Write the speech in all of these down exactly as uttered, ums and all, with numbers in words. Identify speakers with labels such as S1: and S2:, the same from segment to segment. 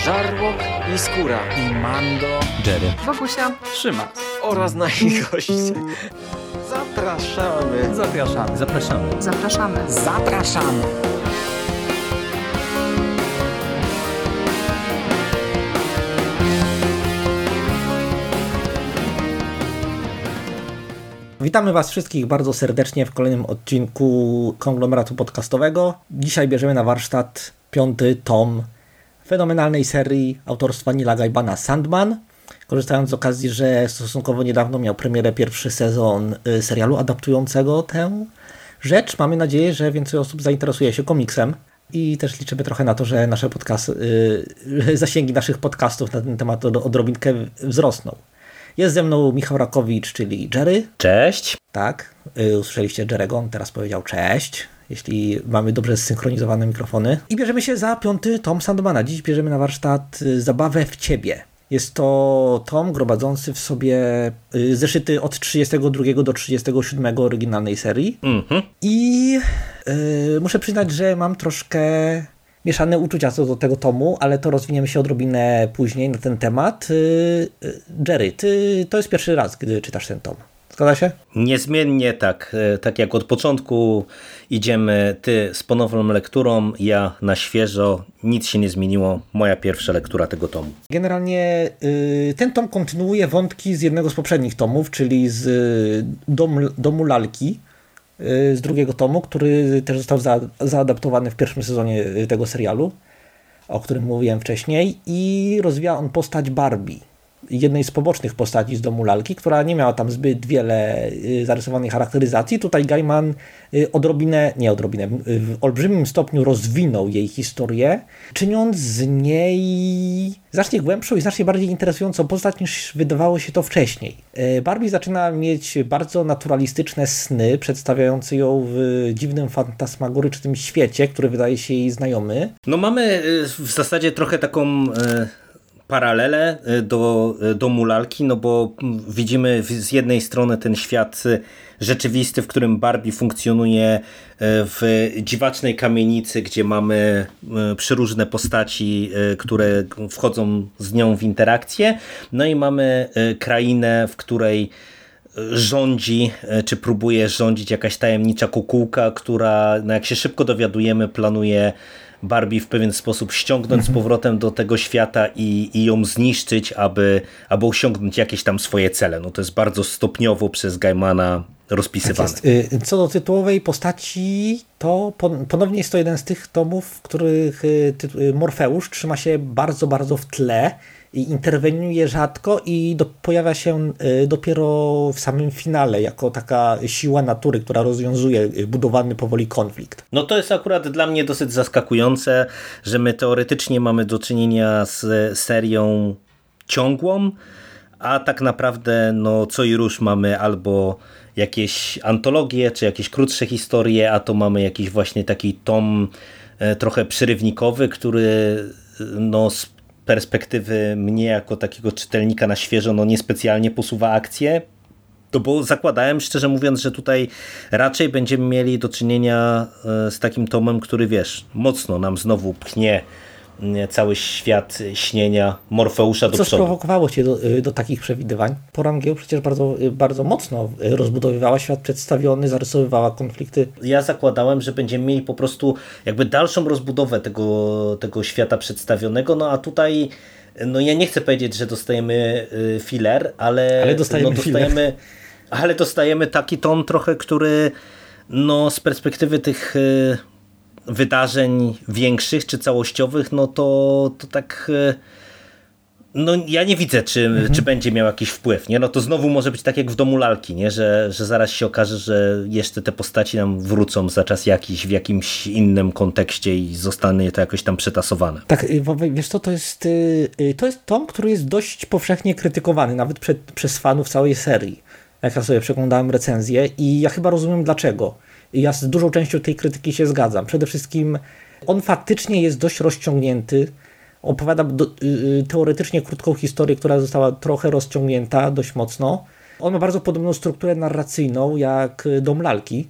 S1: Żarłok i Skóra
S2: i Mando,
S3: Jerry,
S4: Wokusia,
S2: Szymas
S1: oraz nasi goście. Zapraszamy.
S2: Zapraszamy.
S3: Zapraszamy.
S4: Zapraszamy.
S2: Zapraszamy.
S5: Witamy Was wszystkich bardzo serdecznie w kolejnym odcinku konglomeratu podcastowego. Dzisiaj bierzemy na warsztat piąty tom fenomenalnej serii autorstwa Neila Gaimana Sandman. Korzystając z okazji, że stosunkowo niedawno miał premierę pierwszy sezon serialu adaptującego tę rzecz, mamy nadzieję, że więcej osób zainteresuje się komiksem i też liczymy trochę na to, że nasze podcast, yy, zasięgi naszych podcastów na ten temat odrobinkę wzrosną. Jest ze mną Michał Rakowicz, czyli Jerry.
S3: Cześć.
S5: Tak, yy, usłyszeliście Jerry'ego, on teraz powiedział cześć, jeśli mamy dobrze zsynchronizowane mikrofony. I bierzemy się za piąty tom Sandmana. Dziś bierzemy na warsztat Zabawę w Ciebie. Jest to tom gromadzący w sobie yy, zeszyty od trzydziestego drugiego do trzydziestego siódmego oryginalnej serii.
S3: Mm-hmm.
S5: I yy, muszę przyznać, że mam troszkę mieszane uczucia co do tego tomu, ale to rozwiniemy się odrobinę później na ten temat. Jerry, ty to jest pierwszy raz, gdy czytasz ten tom. Zgadza się?
S3: Niezmiennie tak. Tak jak od początku idziemy ty z ponowną lekturą, ja na świeżo. Nic się nie zmieniło. Moja pierwsza lektura tego tomu.
S5: Generalnie yy, ten tom kontynuuje wątki z jednego z poprzednich tomów, czyli z y, dom, Domu Lalki, z drugiego tomu, który też został za, zaadaptowany w pierwszym sezonie tego serialu, o którym mówiłem wcześniej, i rozwija on postać Barbie, jednej z pobocznych postaci z Domu Lalki, która nie miała tam zbyt wiele zarysowanej charakteryzacji. Tutaj Gaiman odrobinę, nie odrobinę, w olbrzymim stopniu rozwinął jej historię, czyniąc z niej znacznie głębszą i znacznie bardziej interesującą postać niż wydawało się to wcześniej. Barbie zaczyna mieć bardzo naturalistyczne sny, przedstawiające ją w dziwnym, fantasmagorycznym świecie, który wydaje się jej znajomy.
S3: No mamy w zasadzie trochę taką paralelę do Domu Lalki, no bo widzimy z jednej strony ten świat rzeczywisty, w którym Barbie funkcjonuje w dziwacznej kamienicy, gdzie mamy przeróżne postaci, które wchodzą z nią w interakcję, no i mamy krainę, w której rządzi, czy próbuje rządzić jakaś tajemnicza kukułka, która, no jak się szybko dowiadujemy, planuje Barbie w pewien sposób ściągnąć z powrotem do tego świata i, i ją zniszczyć, aby, aby osiągnąć jakieś tam swoje cele. No to jest bardzo stopniowo przez Gaimana rozpisywane.
S5: Tak jest. Co do tytułowej postaci, to ponownie jest to jeden z tych tomów, w których Morfeusz trzyma się bardzo, bardzo w tle i interweniuje rzadko i do, pojawia się dopiero w samym finale jako taka siła natury, która rozwiązuje budowany powoli konflikt.
S3: No to jest akurat dla mnie dosyć zaskakujące, że my teoretycznie mamy do czynienia z serią ciągłą, a tak naprawdę no co i rusz mamy albo jakieś antologie, czy jakieś krótsze historie, a to mamy jakiś właśnie taki tom trochę przyrywnikowy, który no z perspektywy mnie jako takiego czytelnika na świeżo no niespecjalnie posuwa akcję. To bo zakładałem, szczerze mówiąc, że tutaj raczej będziemy mieli do czynienia z takim tomem, który wiesz, mocno nam znowu pchnie cały świat śnienia Morfeusza do
S5: Co
S3: przodu.
S5: sprowokowało cię do, do takich przewidywań? Pora Mgieł przecież bardzo, bardzo mocno rozbudowywała świat przedstawiony, zarysowywała konflikty.
S3: Ja zakładałem, że będziemy mieli po prostu jakby dalszą rozbudowę tego, tego świata przedstawionego, no a tutaj no ja nie chcę powiedzieć, że dostajemy filler, ale,
S5: ale dostajemy,
S3: no dostajemy
S5: filler.
S3: ale dostajemy taki ton trochę, który no z perspektywy tych wydarzeń większych czy całościowych, no to, to tak no ja nie widzę, czy, mhm. czy będzie miał jakiś wpływ, nie? No to znowu może być tak jak w Domu Lalki, nie? Że, że zaraz się okaże, że jeszcze te postaci nam wrócą za czas jakiś w jakimś innym kontekście i zostanie to jakoś tam przetasowane.
S5: Tak, wiesz co, to jest to jest tom, który jest dość powszechnie krytykowany, nawet przed, przez fanów całej serii. Jak ja sobie przeglądałem recenzję i ja chyba rozumiem dlaczego. Ja z dużą częścią tej krytyki się zgadzam. Przede wszystkim on faktycznie jest dość rozciągnięty. Opowiada do, y, teoretycznie krótką historię, która została trochę rozciągnięta dość mocno. On ma bardzo podobną strukturę narracyjną jak Dom Lalki.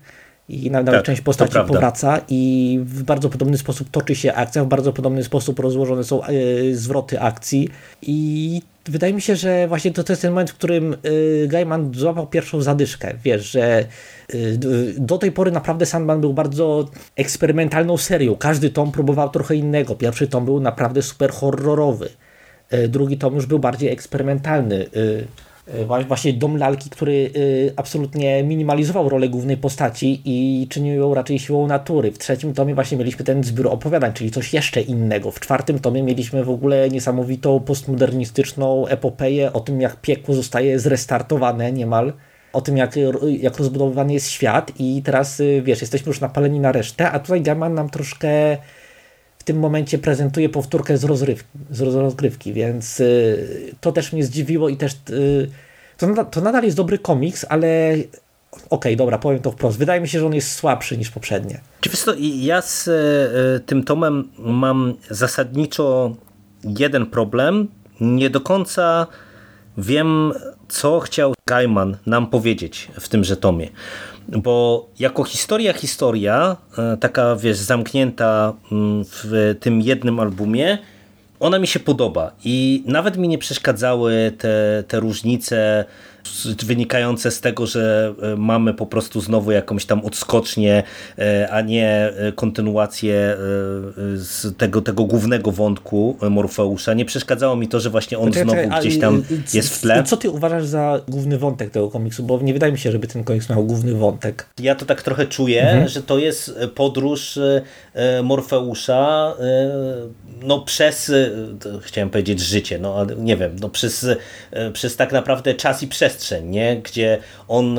S5: I nawet tak, część postaci powraca i w bardzo podobny sposób toczy się akcja, w bardzo podobny sposób rozłożone są yy, zwroty akcji i wydaje mi się, że właśnie to, to jest ten moment, w którym yy, Gaiman złapał pierwszą zadyszkę. Wiesz, że yy, do tej pory naprawdę Sandman był bardzo eksperymentalną serią. Każdy tom próbował trochę innego. Pierwszy tom był naprawdę super horrorowy. Yy, drugi tom już był bardziej eksperymentalny. Yy, Właśnie Dom Lalki, który absolutnie minimalizował rolę głównej postaci i czynił ją raczej siłą natury. W trzecim tomie właśnie mieliśmy ten zbiór opowiadań, czyli coś jeszcze innego. W czwartym tomie mieliśmy w ogóle niesamowitą postmodernistyczną epopeję o tym, jak piekło zostaje zrestartowane niemal, o tym, jak, jak rozbudowywany jest świat i teraz, wiesz, jesteśmy już napaleni na resztę, a tutaj Gaiman nam troszkę w tym momencie prezentuje powtórkę z rozrywki, z rozgrywki, więc y, to też mnie zdziwiło i też y, to, nada, to nadal jest dobry komiks, ale okej, okay, dobra, powiem to wprost. Wydaje mi się, że on jest słabszy niż poprzednie.
S3: Czy wiesz co, ja z y, tym tomem mam zasadniczo jeden problem. Nie do końca wiem, co chciał Gaiman nam powiedzieć w tymże tomie. Bo jako historia, historia, taka wiesz, zamknięta w tym jednym albumie, ona mi się podoba i nawet mi nie przeszkadzały te, te różnice wynikające z tego, że mamy po prostu znowu jakąś tam odskocznię, a nie kontynuację z tego, tego głównego wątku Morfeusza. Nie przeszkadzało mi to, że właśnie on znowu gdzieś tam jest w tle.
S5: Co ty uważasz za główny wątek tego komiksu? Bo nie wydaje mi się, żeby ten komiks miał główny wątek.
S3: Ja to tak trochę czuję, mhm. że to jest podróż Morfeusza no przez, chciałem powiedzieć życie, no ale nie wiem, no przez, przez tak naprawdę czas i przestrzeń, nie? Gdzie on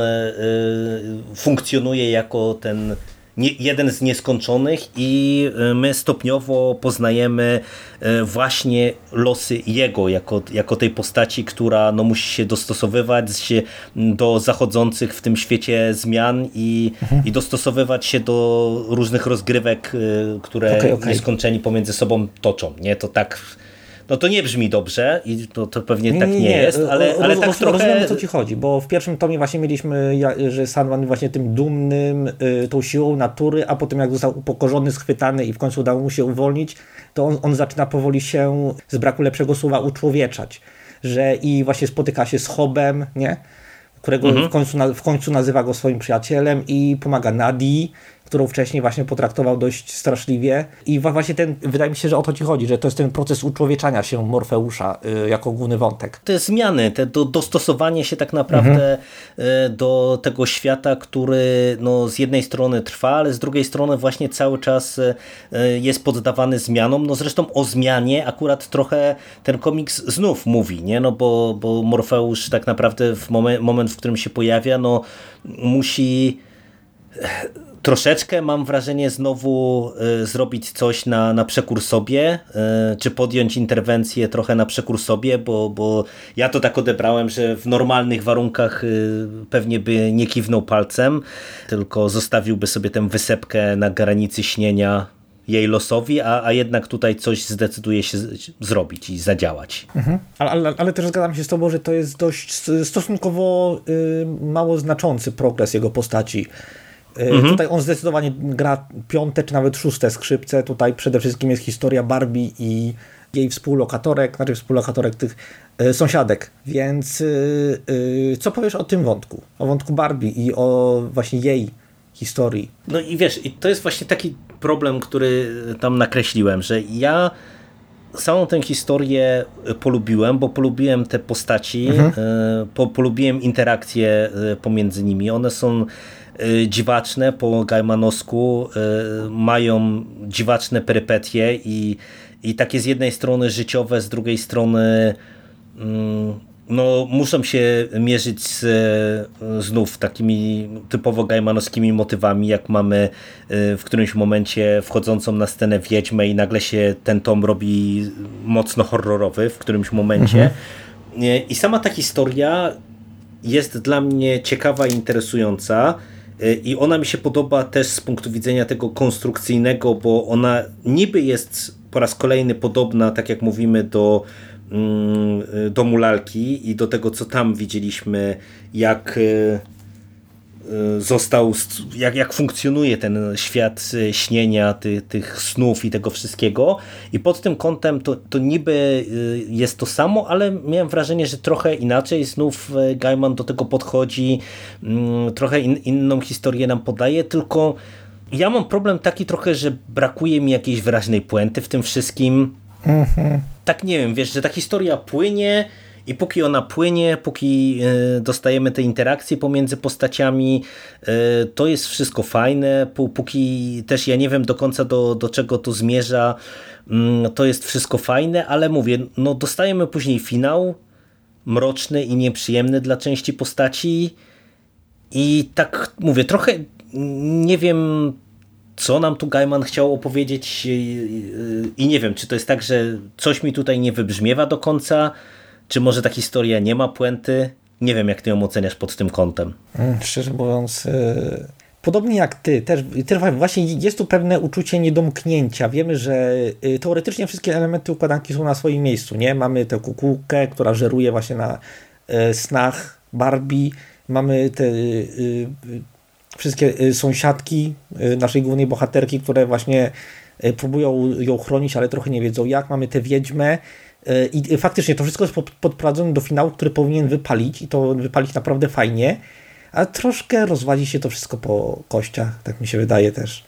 S3: funkcjonuje jako ten nie, jeden z nieskończonych i my stopniowo poznajemy właśnie losy jego, jako, jako tej postaci, która no, musi się dostosowywać się do zachodzących w tym świecie zmian i, mhm. i dostosowywać się do różnych rozgrywek, które okay, okay. nieskończeni pomiędzy sobą toczą. Nie? To tak... No to nie brzmi dobrze i to, to pewnie nie, tak nie, nie jest, ale, ale Roz, tak trochę...
S5: Rozumiemy, o co ci chodzi, bo w pierwszym tomie właśnie mieliśmy, że Sandman właśnie tym dumnym, tą siłą natury, a potem jak został upokorzony, schwytany i w końcu udało mu się uwolnić, to on, on zaczyna powoli się, z braku lepszego słowa, uczłowieczać. Że i właśnie spotyka się z Hobem, nie? Którego mhm. w, końcu, w końcu nazywa go swoim przyjacielem i pomaga Nadii, którą wcześniej właśnie potraktował dość straszliwie. I właśnie ten, wydaje mi się, że o to ci chodzi, że to jest ten proces uczłowieczania się Morfeusza y, jako główny wątek.
S3: Te zmiany, te do, dostosowanie się tak naprawdę mhm. y, do tego świata, który no, z jednej strony trwa, ale z drugiej strony właśnie cały czas y, jest poddawany zmianom. No zresztą o zmianie akurat trochę ten komiks znów mówi, nie? No bo, bo Morfeusz tak naprawdę w momen, moment, w którym się pojawia, no musi... Troszeczkę mam wrażenie znowu y, zrobić coś na, na przekór sobie, y, czy podjąć interwencję trochę na przekór sobie, bo, bo ja to tak odebrałem, że w normalnych warunkach y, pewnie by nie kiwnął palcem, tylko zostawiłby sobie tę wysepkę na granicy śnienia jej losowi, a, a jednak tutaj coś zdecyduje się z, zrobić i zadziałać.
S5: Mhm. Ale, ale, ale też zgadzam się z tobą, że to jest dość stosunkowo y, mało znaczący progres jego postaci. Mhm. Tutaj on zdecydowanie gra piąte czy nawet szóste skrzypce. Tutaj przede wszystkim jest historia Barbie i jej współlokatorek, znaczy współlokatorek tych y, sąsiadek. Więc y, y, co powiesz o tym wątku? O wątku Barbie i o właśnie jej historii.
S3: No i wiesz, i to jest właśnie taki problem, który tam nakreśliłem, że ja całą tę historię polubiłem, bo polubiłem te postaci, mhm. y, po, polubiłem interakcje pomiędzy nimi. One są dziwaczne po gaimanowsku, mają dziwaczne perypetie i, i takie z jednej strony życiowe, z drugiej strony no, muszą się mierzyć z, znów takimi typowo gaimanowskimi motywami, jak mamy w którymś momencie wchodzącą na scenę wiedźmę i nagle się ten tom robi mocno horrorowy w którymś momencie. Mhm. I sama ta historia jest dla mnie ciekawa i interesująca. I ona mi się podoba też z punktu widzenia tego konstrukcyjnego, bo ona niby jest po raz kolejny podobna, tak jak mówimy, do Domu Lalki i do tego, co tam widzieliśmy, jak został, jak, jak funkcjonuje ten świat śnienia, ty, tych snów i tego wszystkiego. I pod tym kątem to, to niby jest to samo, ale miałem wrażenie, że trochę inaczej znów Gaiman do tego podchodzi, trochę in, inną historię nam podaje, tylko ja mam problem taki trochę, że brakuje mi jakiejś wyraźnej puenty w tym wszystkim. Mhm. Tak nie wiem, wiesz, że ta historia płynie i póki ona płynie, póki y, dostajemy te interakcje pomiędzy postaciami, y, to jest wszystko fajne, póki też ja nie wiem do końca do, do czego to zmierza, y, to jest wszystko fajne, ale mówię, no dostajemy później finał mroczny i nieprzyjemny dla części postaci i tak mówię, trochę nie wiem, co nam tu Gaiman chciał opowiedzieć i nie wiem, czy to jest tak, że coś mi tutaj nie wybrzmiewa do końca, czy może ta historia nie ma puenty. Nie wiem, jak ty ją oceniasz pod tym kątem.
S5: Szczerze mówiąc, yy, podobnie jak ty, też, też właśnie jest tu pewne uczucie niedomknięcia. Wiemy, że yy, teoretycznie wszystkie elementy układanki są na swoim miejscu, nie? Mamy tę kukułkę, która żeruje właśnie na yy, snach Barbie, mamy te yy, wszystkie sąsiadki naszej głównej bohaterki, które właśnie próbują ją chronić, ale trochę nie wiedzą jak. Mamy tę wiedźmę i faktycznie to wszystko jest podprowadzone do finału, który powinien wypalić i to wypalić naprawdę fajnie, a troszkę rozwadzi się to wszystko po kościach, tak mi się wydaje też.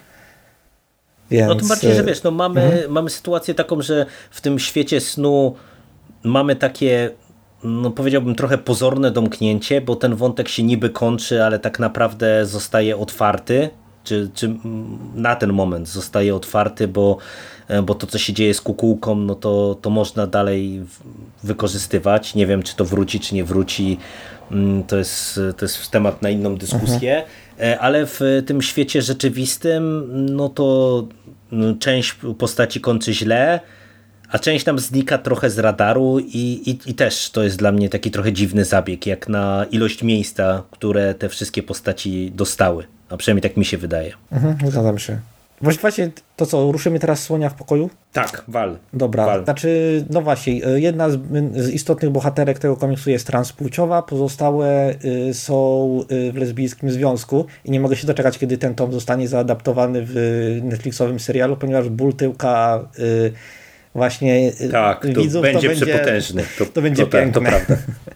S5: Więc...
S3: No tym bardziej, że wiesz, no mamy, mhm. mamy sytuację taką, że w tym świecie snu mamy takie, no powiedziałbym, trochę pozorne domknięcie, bo ten wątek się niby kończy, ale tak naprawdę zostaje otwarty, czy, czy na ten moment zostaje otwarty, bo, bo to, co się dzieje z kukułką, no to, to można dalej wykorzystywać. Nie wiem, czy to wróci, czy nie wróci. To jest, to jest temat na inną dyskusję, mhm. ale w tym świecie rzeczywistym, no to część postaci kończy źle, a część tam znika trochę z radaru i, i, i też to jest dla mnie taki trochę dziwny zabieg, jak na ilość miejsca, które te wszystkie postaci dostały. A przynajmniej tak mi się wydaje.
S5: Mhm, zgadzam się. Właśnie to co, ruszymy teraz Słonia w pokoju?
S3: Tak, wal.
S5: Dobra,
S3: wal.
S5: Znaczy, no właśnie, jedna z, z istotnych bohaterek tego komiksu jest transpłciowa, pozostałe y, są y, w lesbijskim związku i nie mogę się doczekać, kiedy ten tom zostanie zaadaptowany w Netflixowym serialu, ponieważ ból tyłka y, właśnie
S3: tak, to widzów, będzie to będzie przepotężny. To,
S5: to będzie
S3: to,
S5: piękne.
S3: To, to prawda.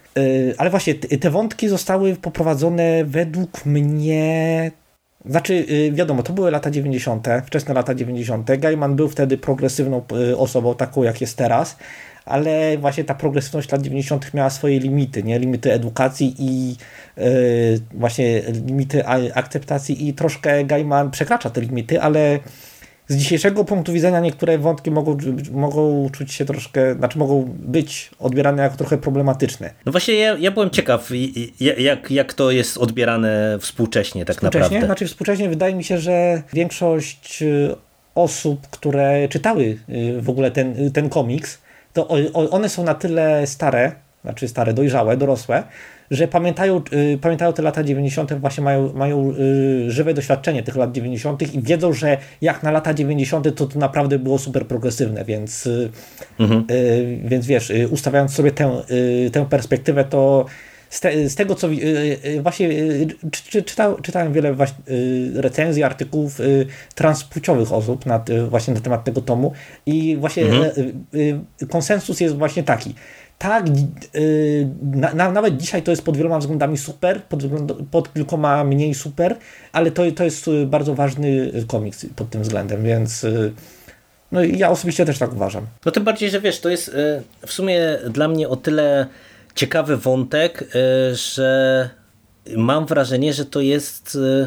S5: Ale właśnie te wątki zostały poprowadzone według mnie, znaczy wiadomo, to były lata dziewięćdziesiąte, wczesne lata dziewięćdziesiąte. Gaiman był wtedy progresywną osobą, taką jak jest teraz, ale właśnie ta progresywność lat dziewięćdziesiątych miała swoje limity, nie? Limity edukacji i yy, właśnie limity akceptacji i troszkę Gaiman przekracza te limity, ale z dzisiejszego punktu widzenia niektóre wątki mogą, mogą czuć się troszkę, znaczy mogą być odbierane jako trochę problematyczne.
S3: No właśnie ja, ja byłem ciekaw, jak, jak to jest odbierane współcześnie tak
S5: współcześnie?
S3: naprawdę.
S5: Znaczy współcześnie wydaje mi się, że większość osób, które czytały w ogóle ten, ten komiks, to one są na tyle stare, znaczy stare, dojrzałe, dorosłe, że pamiętają, y, pamiętają te lata dziewięćdziesiąte, właśnie mają, mają y, żywe doświadczenie tych lat dziewięćdziesiątych i wiedzą, że jak na lata dziewięćdziesiąte to, to naprawdę było super progresywne, więc, y, mhm. y, więc wiesz, y, ustawiając sobie tę, y, tę perspektywę, to z, te, z tego co y, y, właśnie y, czy, czyta, czytałem wiele właśnie, y, recenzji, artykułów y, transpłciowych osób na, y, właśnie na temat tego tomu i właśnie mhm. y, y, konsensus jest właśnie taki. Tak, yy, na, na, nawet dzisiaj to jest pod wieloma względami super, pod, pod kilkoma mniej super, ale to, to jest bardzo ważny komiks pod tym względem, więc yy, no ja osobiście też tak uważam.
S3: No tym bardziej, że wiesz, to jest yy, w sumie dla mnie o tyle ciekawy wątek, yy, że mam wrażenie, że to jest yy,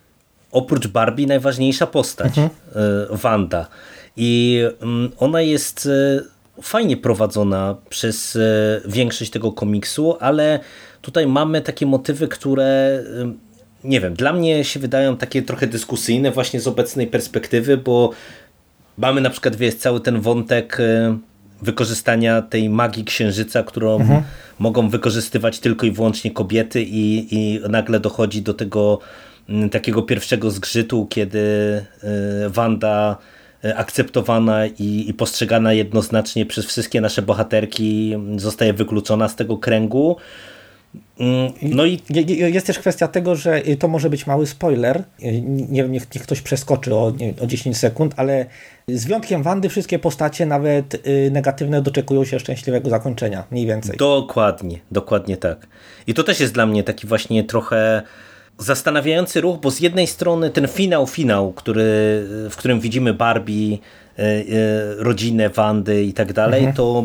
S3: oprócz Barbie najważniejsza postać, mhm. yy, Wanda. I yy, ona jest... Yy, fajnie prowadzona przez większość tego komiksu, ale tutaj mamy takie motywy, które nie wiem, dla mnie się wydają takie trochę dyskusyjne właśnie z obecnej perspektywy, bo mamy na przykład, wiesz, cały ten wątek wykorzystania tej magii księżyca, którą mhm. mogą wykorzystywać tylko i wyłącznie kobiety i, i nagle dochodzi do tego takiego pierwszego zgrzytu, kiedy Wanda akceptowana i, i postrzegana jednoznacznie przez wszystkie nasze bohaterki zostaje wykluczona z tego kręgu. No i
S5: jest też kwestia tego, że to może być mały spoiler. Nie wiem, niech, niech ktoś przeskoczy o, nie, o dziesięć sekund, ale z wyjątkiem Wandy wszystkie postacie, nawet negatywne, doczekują się szczęśliwego zakończenia, mniej więcej.
S3: Dokładnie, dokładnie tak. I to też jest dla mnie taki właśnie trochę zastanawiający ruch, bo z jednej strony ten finał, finał, który, w którym widzimy Barbie, rodzinę Wandy i tak dalej, mhm. to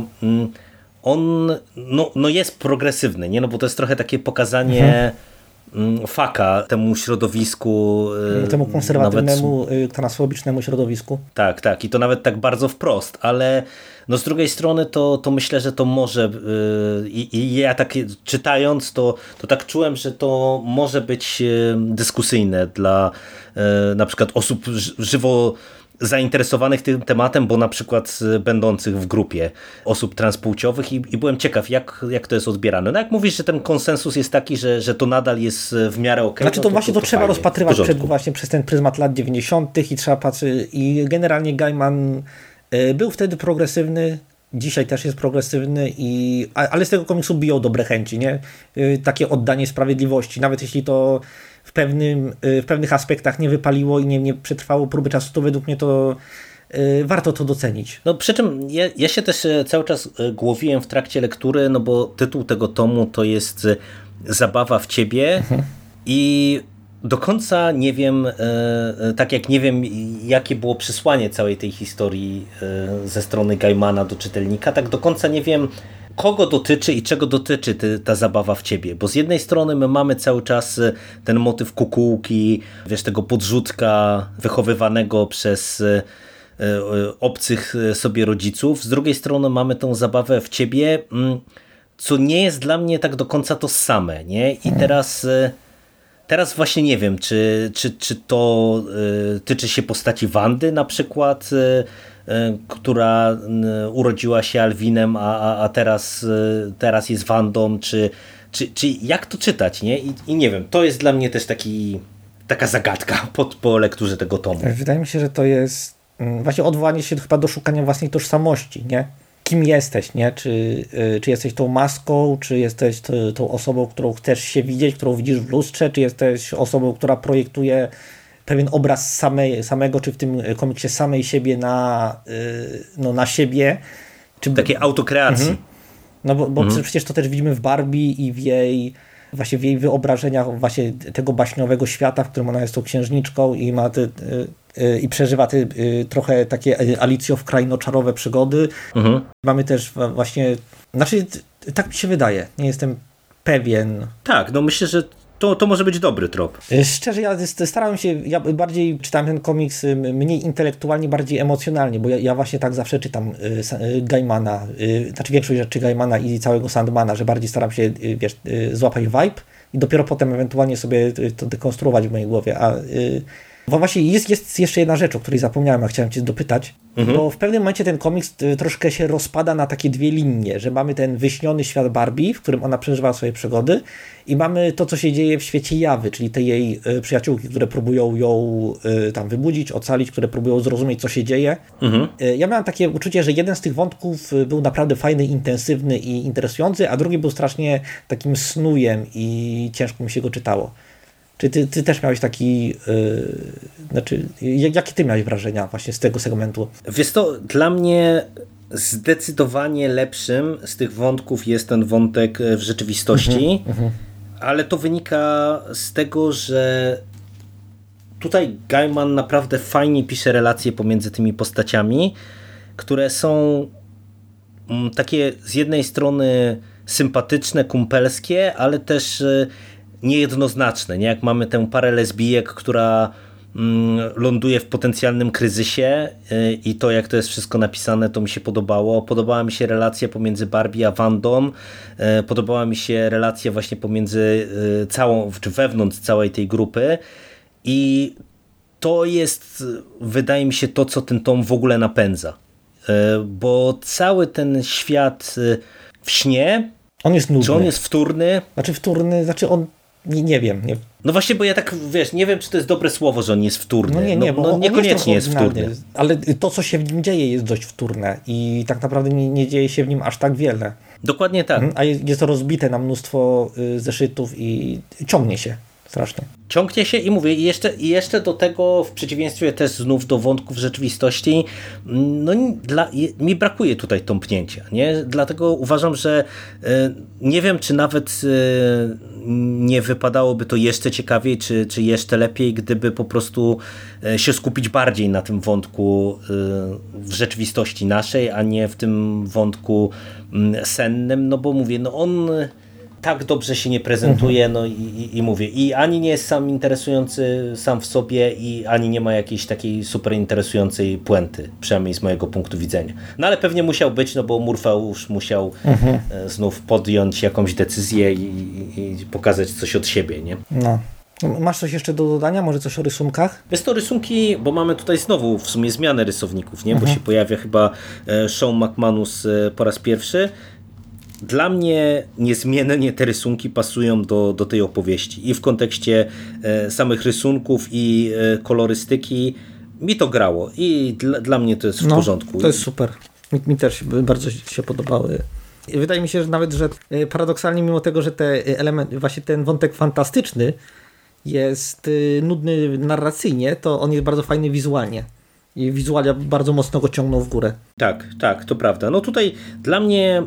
S3: on no, no jest progresywny, nie? No bo to jest trochę takie pokazanie mhm. faka temu środowisku.
S5: Temu konserwatywnemu, nawet transfobicznemu środowisku.
S3: Tak, tak. I to nawet tak bardzo wprost, ale no z drugiej strony to, to myślę, że to może i, i ja tak czytając to, to tak czułem, że to może być dyskusyjne dla na przykład osób żywo zainteresowanych tym tematem, bo na przykład będących w grupie osób transpłciowych i, i byłem ciekaw, jak, jak to jest odbierane. No jak mówisz, że ten konsensus jest taki, że, że to nadal jest w miarę okej.
S5: Znaczy to,
S3: no to
S5: właśnie to, to, to trzeba fajnie, rozpatrywać przed, właśnie przez ten pryzmat lat dziewięćdziesiątych i trzeba patrzeć i generalnie Gaiman y, był wtedy progresywny, dzisiaj też jest progresywny, i, ale z tego komiksu biją dobre chęci, nie? Y, takie oddanie sprawiedliwości, nawet jeśli to w, pewnym, w pewnych aspektach nie wypaliło i nie, nie przetrwało próby czasu, to według mnie to y, warto to docenić.
S3: No przy czym ja, ja się też cały czas głowiłem w trakcie lektury, no bo tytuł tego tomu to jest Zabawa w ciebie mhm. i do końca nie wiem, e, tak jak nie wiem, jakie było przesłanie całej tej historii e, ze strony Gaimana do czytelnika, tak do końca nie wiem, kogo dotyczy i czego dotyczy ty, ta zabawa w ciebie. Bo z jednej strony my mamy cały czas ten motyw kukułki, wiesz, tego podrzutka wychowywanego przez e, obcych sobie rodziców. Z drugiej strony mamy tą zabawę w ciebie, m, co nie jest dla mnie tak do końca to same, nie? I teraz... E, Teraz właśnie nie wiem, czy, czy, czy to y, tyczy się postaci Wandy na przykład, y, y, która y, urodziła się Alwinem, a, a, a teraz, y, teraz jest Wandą, czy, czy, czy jak to czytać, nie? I, I nie wiem, to jest dla mnie też taki, taka zagadka po, po lekturze tego tomu.
S5: Wydaje mi się, że to jest właśnie odwołanie się chyba do szukania własnej tożsamości, nie? Kim jesteś, nie? Czy, czy jesteś tą maską, czy jesteś t- tą osobą, którą chcesz się widzieć, którą widzisz w lustrze, czy jesteś osobą, która projektuje pewien obraz samej, samego, czy w tym komiksie samej siebie na, no, na siebie. Czy...
S3: Takiej autokreacji. Mhm.
S5: No bo, bo
S3: mhm.
S5: przecież to też widzimy w Barbie i w jej właśnie w jej wyobrażeniach właśnie tego baśniowego świata, w którym ona jest tą księżniczką i ma te, i przeżywa te, trochę takie Alicjo w krainoczarowe przygody. Mhm. Mamy też właśnie, znaczy tak mi się wydaje, nie jestem pewien.
S3: Tak, no myślę, że to, to może być dobry trop.
S5: Szczerze, ja starałem się, ja bardziej czytałem ten komiks mniej intelektualnie, bardziej emocjonalnie, bo ja, ja właśnie tak zawsze czytam Gaimana, znaczy większość rzeczy Gaimana i całego Sandmana, że bardziej staram się, wiesz, złapać vibe i dopiero potem ewentualnie sobie to dekonstruować w mojej głowie, a bo właśnie jest, jest jeszcze jedna rzecz, o której zapomniałem, a chciałem cię dopytać, mhm. bo w pewnym momencie ten komiks troszkę się rozpada na takie dwie linie, że mamy ten wyśniony świat Barbie, w którym ona przeżywa swoje przygody, i mamy to, co się dzieje w świecie Jawy, czyli tej jej y, przyjaciółki, które próbują ją y, tam wybudzić, ocalić, które próbują zrozumieć, co się dzieje. Mhm. Y, ja miałem takie uczucie, że jeden z tych wątków był naprawdę fajny, intensywny i interesujący, a drugi był strasznie takim snujem i ciężko mi się go czytało. Czy ty, ty też miałeś taki, yy, znaczy, jakie ty miałeś wrażenia właśnie z tego segmentu?
S3: Wiesz to, dla mnie zdecydowanie lepszym z tych wątków jest ten wątek w rzeczywistości, mm-hmm. ale to wynika z tego, że tutaj Gaiman naprawdę fajnie pisze relacje pomiędzy tymi postaciami, które są takie z jednej strony sympatyczne, kumpelskie, ale też niejednoznaczne, nie? Jak mamy tę parę lesbijek, która mm, ląduje w potencjalnym kryzysie yy, i to, jak to jest wszystko napisane, to mi się podobało. Podobała mi się relacja pomiędzy Barbie a Wandą, yy, podobała mi się relacja właśnie pomiędzy yy, całą, czy wewnątrz całej tej grupy, i to jest, wydaje mi się, to, co ten tom w ogóle napędza. Yy, bo cały ten świat yy, w śnie,
S5: on jest nudny.
S3: Czy on jest wtórny?
S5: Znaczy wtórny, znaczy on nie, nie wiem. Nie.
S3: No właśnie, bo ja tak, wiesz, nie wiem, czy to jest dobre słowo, że on jest wtórny.
S5: No nie, nie, bo
S3: no, no,
S5: on
S3: niekoniecznie jest,
S5: jest
S3: wtórny.
S5: Ale to, co się w nim dzieje, jest dość wtórne i tak naprawdę nie, nie dzieje się w nim aż tak wiele.
S3: Dokładnie tak.
S5: A jest to rozbite na mnóstwo zeszytów i ciągnie się strasznie.
S3: Ciągnie się i mówię, i jeszcze, i jeszcze do tego, w przeciwieństwie też znów do wątków rzeczywistości, no dla, mi brakuje tutaj tąpnięcia, nie? Dlatego uważam, że e, nie wiem, czy nawet e, nie wypadałoby to jeszcze ciekawiej, czy, czy jeszcze lepiej, gdyby po prostu e, się skupić bardziej na tym wątku e, w rzeczywistości naszej, a nie w tym wątku m, sennym, no bo mówię, no on tak dobrze się nie prezentuje, no i, i, i mówię, i ani nie jest sam interesujący sam w sobie, i ani nie ma jakiejś takiej super interesującej puenty, przynajmniej z mojego punktu widzenia. No ale pewnie musiał być, no bo Morfeusz musiał mhm. znów podjąć jakąś decyzję i, i pokazać coś od siebie, nie?
S5: No. Masz coś jeszcze do dodania? Może coś o rysunkach?
S3: Jest to rysunki, bo mamy tutaj znowu w sumie zmianę rysowników, nie?
S5: Mhm.
S3: Bo się pojawia chyba Sean McManus po raz pierwszy. Dla mnie niezmiennie te rysunki pasują do, do tej opowieści i w kontekście e, samych rysunków i e, kolorystyki mi to grało i dla, dla mnie to jest w
S5: no,
S3: porządku.
S5: To jest super. Mi, mi też bardzo się podobały. Wydaje mi się, że nawet, że paradoksalnie mimo tego, że te elementy, właśnie ten wątek fantastyczny jest nudny narracyjnie, to on jest bardzo fajny wizualnie. I wizualia bardzo mocno go ciągną w górę.
S3: Tak, tak, to prawda. No tutaj dla mnie,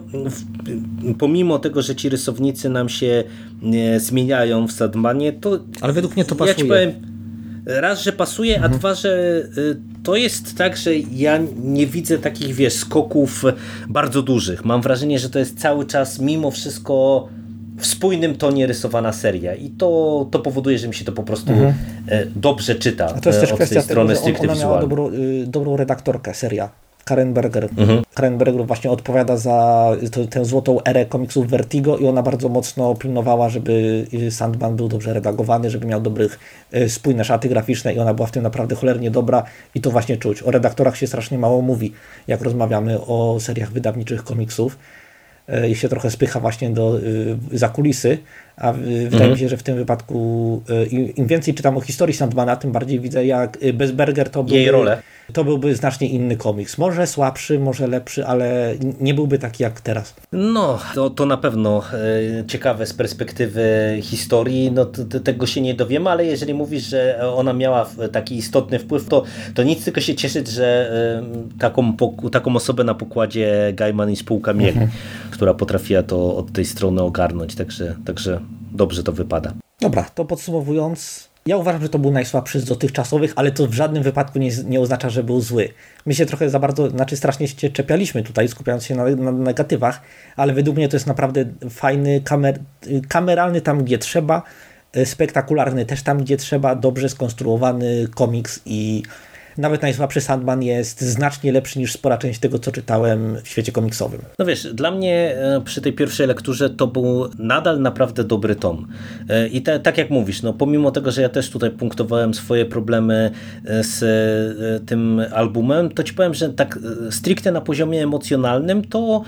S3: pomimo tego, że ci rysownicy nam się nie zmieniają w Sandmanie, to...
S5: Ale według mnie to pasuje.
S3: Ja ci powiem, raz, że pasuje, mhm. a dwa, że to jest tak, że ja nie widzę takich, wiesz, skoków bardzo dużych. Mam wrażenie, że to jest cały czas mimo wszystko w spójnym tonie rysowana seria i to, to powoduje, że mi się to po prostu mhm. dobrze czyta. A
S5: to jest też
S3: od
S5: kwestia
S3: tej strony
S5: tego, że on, ona miała dobrą, y, dobrą redaktorkę, seria. Karen Berger. Mhm. Karen Berger właśnie odpowiada za to, tę złotą erę komiksów Vertigo i ona bardzo mocno pilnowała, żeby Sandman był dobrze redagowany, żeby miał dobrych, spójne szaty graficzne i ona była w tym naprawdę cholernie dobra i to właśnie czuć. O redaktorach się strasznie mało mówi, jak rozmawiamy o seriach wydawniczych komiksów. I się trochę spycha właśnie do y, zakulisy, a y, wydaje mhm. mi się, że w tym wypadku y, im więcej czytam o historii Sandmana, tym bardziej widzę, jak y, bez Berger to byłby,
S3: jej rolę.
S5: To byłby znacznie inny komiks. Może słabszy, może lepszy, ale nie byłby taki jak teraz.
S3: No, to, to na pewno e, ciekawe z perspektywy historii, no to, to, tego się nie dowiemy, ale jeżeli mówisz, że ona miała taki istotny wpływ, to, to nic, tylko się cieszyć, że e, taką, po, taką osobę na pokładzie Gaiman i spółka mieli, mhm. która potrafiła to od tej strony ogarnąć, także, także dobrze to wypada.
S5: Dobra, to podsumowując, ja uważam, że to był najsłabszy z dotychczasowych, ale to w żadnym wypadku nie, nie oznacza, że był zły. My się trochę za bardzo, znaczy strasznie się czepialiśmy tutaj, skupiając się na, na negatywach, ale według mnie to jest naprawdę fajny, kamer, kameralny tam, gdzie trzeba, spektakularny też tam, gdzie trzeba, dobrze skonstruowany komiks i nawet najsłabszy Sandman jest znacznie lepszy niż spora część tego, co czytałem w świecie komiksowym.
S3: No wiesz, dla mnie przy tej pierwszej lekturze to był nadal naprawdę dobry tom. I te, tak jak mówisz, no pomimo tego, że ja też tutaj punktowałem swoje problemy z tym albumem, to ci powiem, że tak stricte na poziomie emocjonalnym to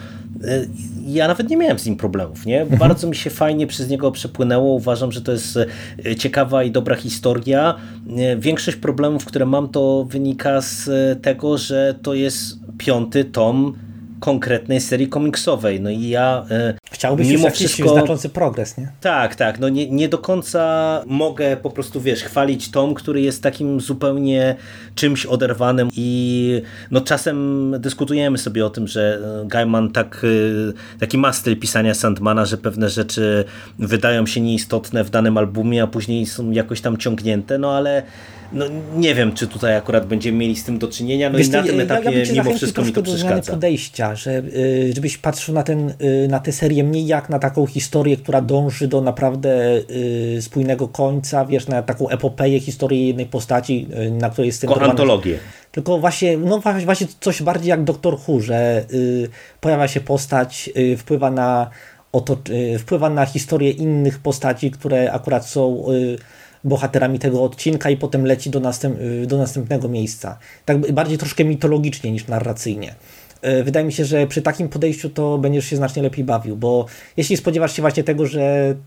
S3: ja nawet nie miałem z nim problemów, nie? Mhm. Bardzo mi się fajnie przez niego przepłynęło. Uważam, że to jest ciekawa i dobra historia. Większość problemów, które mam, to wynika z tego, że to jest piąty tom konkretnej serii komiksowej. No i ja
S5: chciałbyś
S3: mimo
S5: już
S3: wszystko
S5: jakiś znaczący progres, nie?
S3: Tak, tak. No nie, nie do końca mogę po prostu, wiesz, chwalić tom, który jest takim zupełnie czymś oderwanym i no czasem dyskutujemy sobie o tym, że Gaiman tak, taki ma styl pisania Sandmana, że pewne rzeczy wydają się nieistotne w danym albumie, a później są jakoś tam ciągnięte, no ale no nie wiem, czy tutaj akurat będziemy mieli z tym do czynienia, no
S5: Wiesz,
S3: i na tym etapie
S5: ja, ja
S3: mimo wszystko mi to
S5: do
S3: przeszkadza.
S5: Podejścia, że, żebyś patrzył na, ten, na tę serię mniej jak na taką historię, która dąży do naprawdę spójnego końca, wiesz, na taką epopeję, historię jednej postaci, na której jest
S3: Tylko antologię.
S5: Tylko właśnie, no właśnie coś bardziej jak Doktor Who, że y, pojawia się postać, y, wpływa na oto, y, wpływa na historię innych postaci, które akurat są y, bohaterami tego odcinka i potem leci do, następ, do następnego miejsca. Tak bardziej troszkę mitologicznie niż narracyjnie. Wydaje mi się, że przy takim podejściu to będziesz się znacznie lepiej bawił, bo jeśli spodziewasz się właśnie tego, że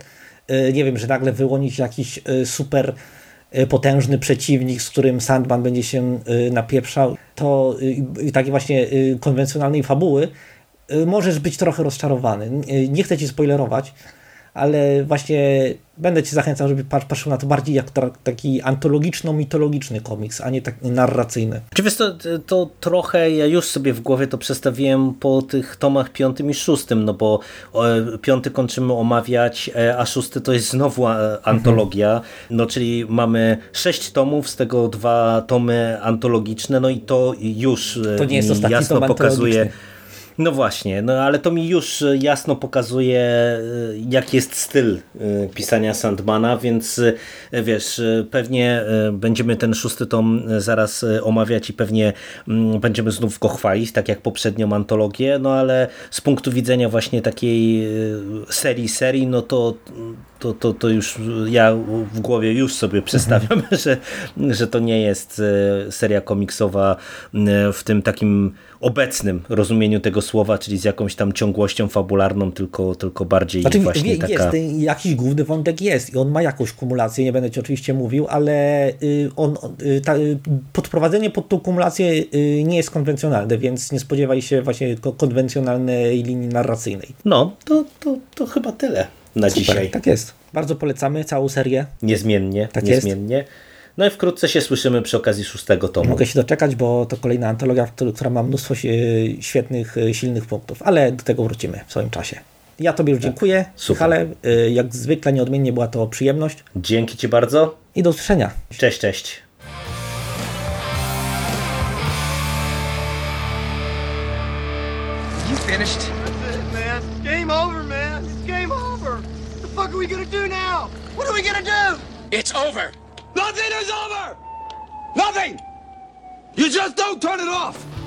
S5: nie wiem, że nagle wyłonić jakiś super potężny przeciwnik, z którym Sandman będzie się napieprzał, to i takiej właśnie konwencjonalnej fabuły możesz być trochę rozczarowany. Nie chcę ci spoilerować, ale właśnie będę cię zachęcał, żeby patrzył na to bardziej jak taki antologiczno-mitologiczny komiks, a nie tak narracyjny.
S3: Czy wiesz, to, to trochę ja już sobie w głowie to przestawiłem po tych tomach piątym i szóstym, no bo piąty kończymy omawiać, a szósty to jest znowu antologia, no czyli mamy sześć tomów, z tego dwa tomy antologiczne, no i to już
S5: to nie jest ostatni
S3: jasno
S5: tom
S3: pokazuje. No właśnie, no ale to mi już jasno pokazuje, jaki jest styl pisania Sandmana, więc wiesz, pewnie będziemy ten szósty tom zaraz omawiać i pewnie będziemy znów go chwalić, tak jak poprzednią antologię, no ale z punktu widzenia właśnie takiej serii serii, no to To, to, to już ja w głowie już sobie przestawiam, mhm. że, że to nie jest seria komiksowa w tym takim obecnym rozumieniu tego słowa, czyli z jakąś tam ciągłością fabularną, tylko, tylko bardziej
S5: znaczy,
S3: właśnie
S5: wie,
S3: taka...
S5: Jest, jakiś główny wątek jest i on ma jakąś kumulację, nie będę ci oczywiście mówił, ale on, ta, podprowadzenie pod tą kumulację nie jest konwencjonalne, więc nie spodziewaj się właśnie konwencjonalnej linii narracyjnej.
S3: No, to, to, to chyba tyle na
S5: Super,
S3: dzisiaj.
S5: Tak jest. Bardzo polecamy całą serię.
S3: Niezmiennie,
S5: tak
S3: niezmiennie. Jest. No i wkrótce się słyszymy przy okazji szóstego tomu.
S5: Mogę się doczekać, bo to kolejna antologia, która ma mnóstwo świetnych, silnych punktów, ale do tego wrócimy w swoim czasie. Ja tobie już dziękuję. Michale, jak zwykle nieodmiennie była to przyjemność.
S3: Dzięki ci bardzo.
S5: I do usłyszenia.
S3: Cześć, cześć.
S4: You finished? That's it, man. Game over, man. It's game over. What the fuck are we gonna do now? What are we gonna do?
S6: It's over.
S4: Nothing is over! Nothing! You just don't turn it off!